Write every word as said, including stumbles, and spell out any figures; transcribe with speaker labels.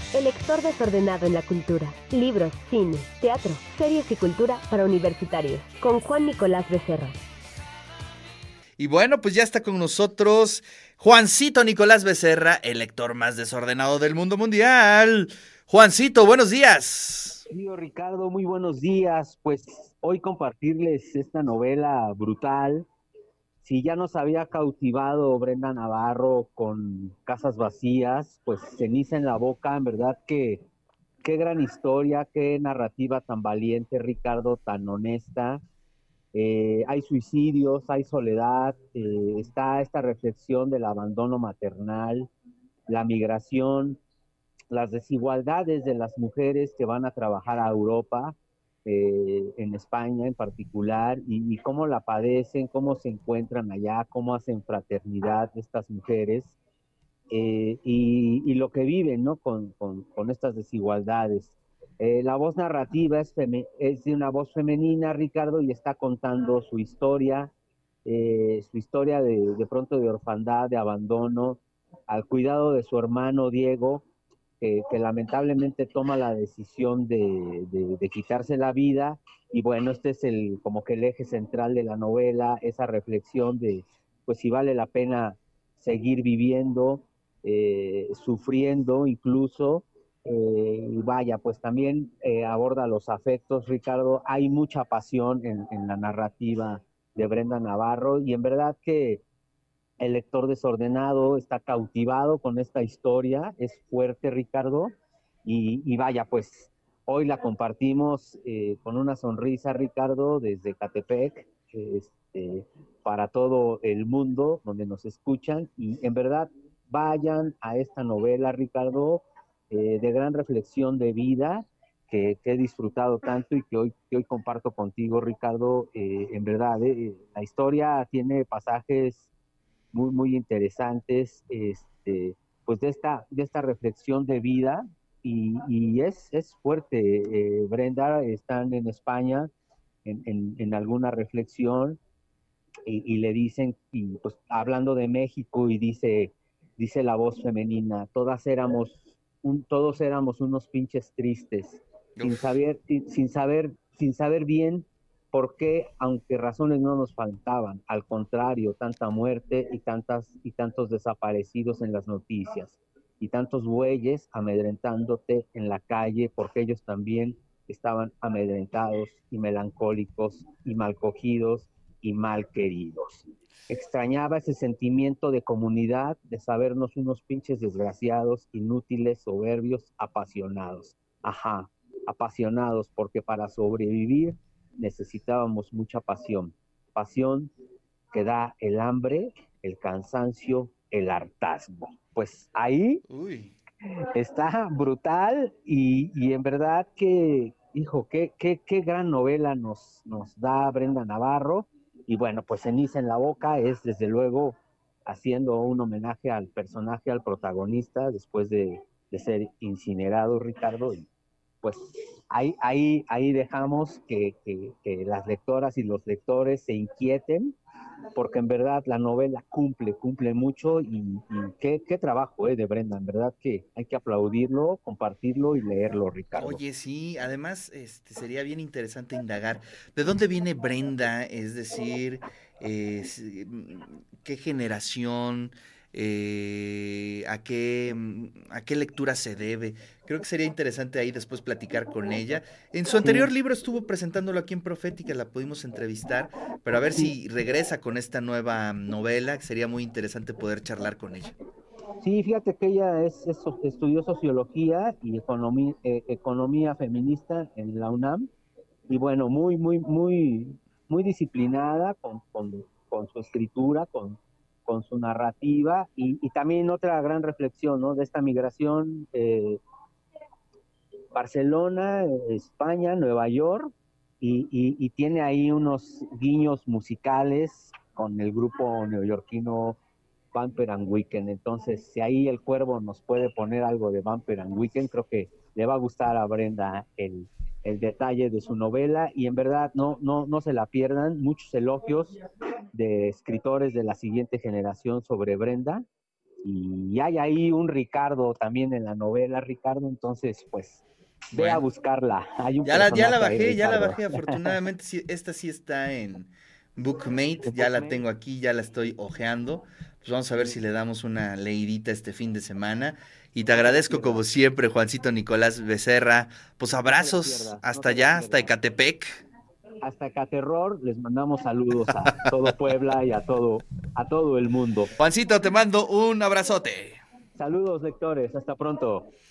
Speaker 1: El lector desordenado en la cultura. Libros, cine, teatro, series y cultura para universitarios. Con Juan Nicolás Becerra.
Speaker 2: Y bueno, pues ya está con nosotros Juancito Nicolás Becerra, el lector más desordenado del mundo mundial. Juancito, buenos días.
Speaker 3: Querido Ricardo, muy buenos días. Pues hoy compartirles esta novela brutal. Si ya nos había cautivado Brenda Navarro con Casas Vacías, pues Ceniza en la Boca, en verdad que qué gran historia, qué narrativa tan valiente, Ricardo, tan honesta. Eh, hay suicidios, hay soledad, eh, está esta reflexión del abandono maternal, la migración, las desigualdades de las mujeres que van a trabajar a Europa, eh, en España en particular, y, y cómo la padecen, cómo se encuentran allá, cómo hacen fraternidad estas mujeres, eh, y, y, lo que viven, ¿no? Con, con, con estas desigualdades. Eh, la voz narrativa es, feme es de una voz femenina, Ricardo, y está contando su historia, eh, su historia de, de pronto de orfandad, de abandono, al cuidado de su hermano Diego, que, que lamentablemente toma la decisión de, de, de quitarse la vida. Y bueno, este es el como que el eje central de la novela, esa reflexión de pues si vale la pena seguir viviendo, eh, sufriendo incluso, eh, y vaya, pues también eh, aborda los afectos, Ricardo. Hay mucha pasión en, en la narrativa de Brenda Navarro, y en verdad que el lector desordenado está cautivado con esta historia, es fuerte, Ricardo, y, y vaya, pues hoy la compartimos eh, con una sonrisa, Ricardo, desde Catepec, este, para todo el mundo donde nos escuchan, y en verdad vayan a esta novela, Ricardo, eh, de gran reflexión de vida, que, que, he disfrutado tanto y que hoy, que hoy comparto contigo, Ricardo. Eh, en verdad, eh, la historia tiene pasajes muy, muy interesantes, este, pues de esta, de esta reflexión de vida, y, y es, es fuerte, eh, Brenda. Están en España en, en, en alguna reflexión, y, y, le dicen, y pues hablando de México, y dice, dice la voz femenina, todas éramos, un, todos éramos unos pinches tristes, sin saber, sin, sin saber, sin saber bien por qué, aunque razones no nos faltaban. Al contrario, tanta muerte y tantas y tantos desaparecidos en las noticias, y tantos bueyes amedrentándote en la calle, porque ellos también estaban amedrentados y melancólicos y mal cogidos y mal queridos. Extrañaba ese sentimiento de comunidad, de sabernos unos pinches desgraciados, inútiles, soberbios, apasionados. Ajá, apasionados, porque para sobrevivir necesitábamos mucha pasión. Pasión que da el hambre, el cansancio, el hartazgo. Pues ahí Uy. Está brutal, y, y en verdad que, hijo, qué, qué, qué gran novela nos, nos da Brenda Navarro. Y bueno, pues Ceniza en la Boca es desde luego haciendo un homenaje al personaje, al protagonista, después de, de ser incinerado, Ricardo. Y pues ahí, ahí, ahí dejamos que, que, que las lectoras y los lectores se inquieten, porque en verdad la novela cumple, cumple mucho, y, y qué, qué trabajo eh, de Brenda. En verdad que hay que aplaudirlo, compartirlo y leerlo, Ricardo.
Speaker 2: Oye, sí, además este, sería bien interesante indagar de dónde viene Brenda, es decir, eh, si- mm, qué generación, eh, a qué, mm, a qué lectura se debe. Creo que sería interesante ahí después platicar con ella. En su
Speaker 3: Sí,
Speaker 2: anterior libro estuvo presentándolo aquí en Profética, la pudimos entrevistar, pero a ver
Speaker 3: sí,
Speaker 2: si regresa con esta nueva novela, que sería muy interesante poder charlar con ella.
Speaker 3: sí, fíjate que ella es, es so- estudió sociología y economía, eh, economía feminista en la UNAM, y bueno, muy, muy, muy, muy disciplinada con, con, con su escritura, con, con su narrativa, y, y también otra gran reflexión, ¿no? De esta migración, eh, Barcelona, España, Nueva York, y, y, y tiene ahí unos guiños musicales con el grupo neoyorquino Bumper and Weekend. Entonces, si ahí el Cuervo nos puede poner algo de Bumper and Weekend, creo que le va a gustar a Brenda el, el detalle de su novela, y en verdad no, no, no se la pierdan. Muchos elogios de escritores de la siguiente generación sobre Brenda, y hay ahí un Ricardo también en la novela, Ricardo, entonces pues ve
Speaker 2: Bueno.
Speaker 3: a buscarla. Hay un
Speaker 2: Ya la, ya la
Speaker 3: personaje ahí,
Speaker 2: bajé, ya la
Speaker 3: Ricardo.
Speaker 2: bajé. Afortunadamente, sí, esta sí está en Bookmate.
Speaker 3: ¿En
Speaker 2: Ya la
Speaker 3: Bookmate?
Speaker 2: tengo aquí, ya la estoy ojeando. Pues vamos a ver si le damos una leidita este fin de semana. Y te agradezco como siempre, Juancito Nicolás Becerra. Pues
Speaker 3: No te la
Speaker 2: abrazos
Speaker 3: pierdas, no
Speaker 2: hasta
Speaker 3: te la
Speaker 2: allá, hasta
Speaker 3: pierdas.
Speaker 2: Ecatepec.
Speaker 3: Hasta Caterror, les mandamos saludos a todo Puebla y a todo, a todo el mundo.
Speaker 2: Juancito, te mando un abrazote.
Speaker 3: Saludos, lectores, hasta pronto.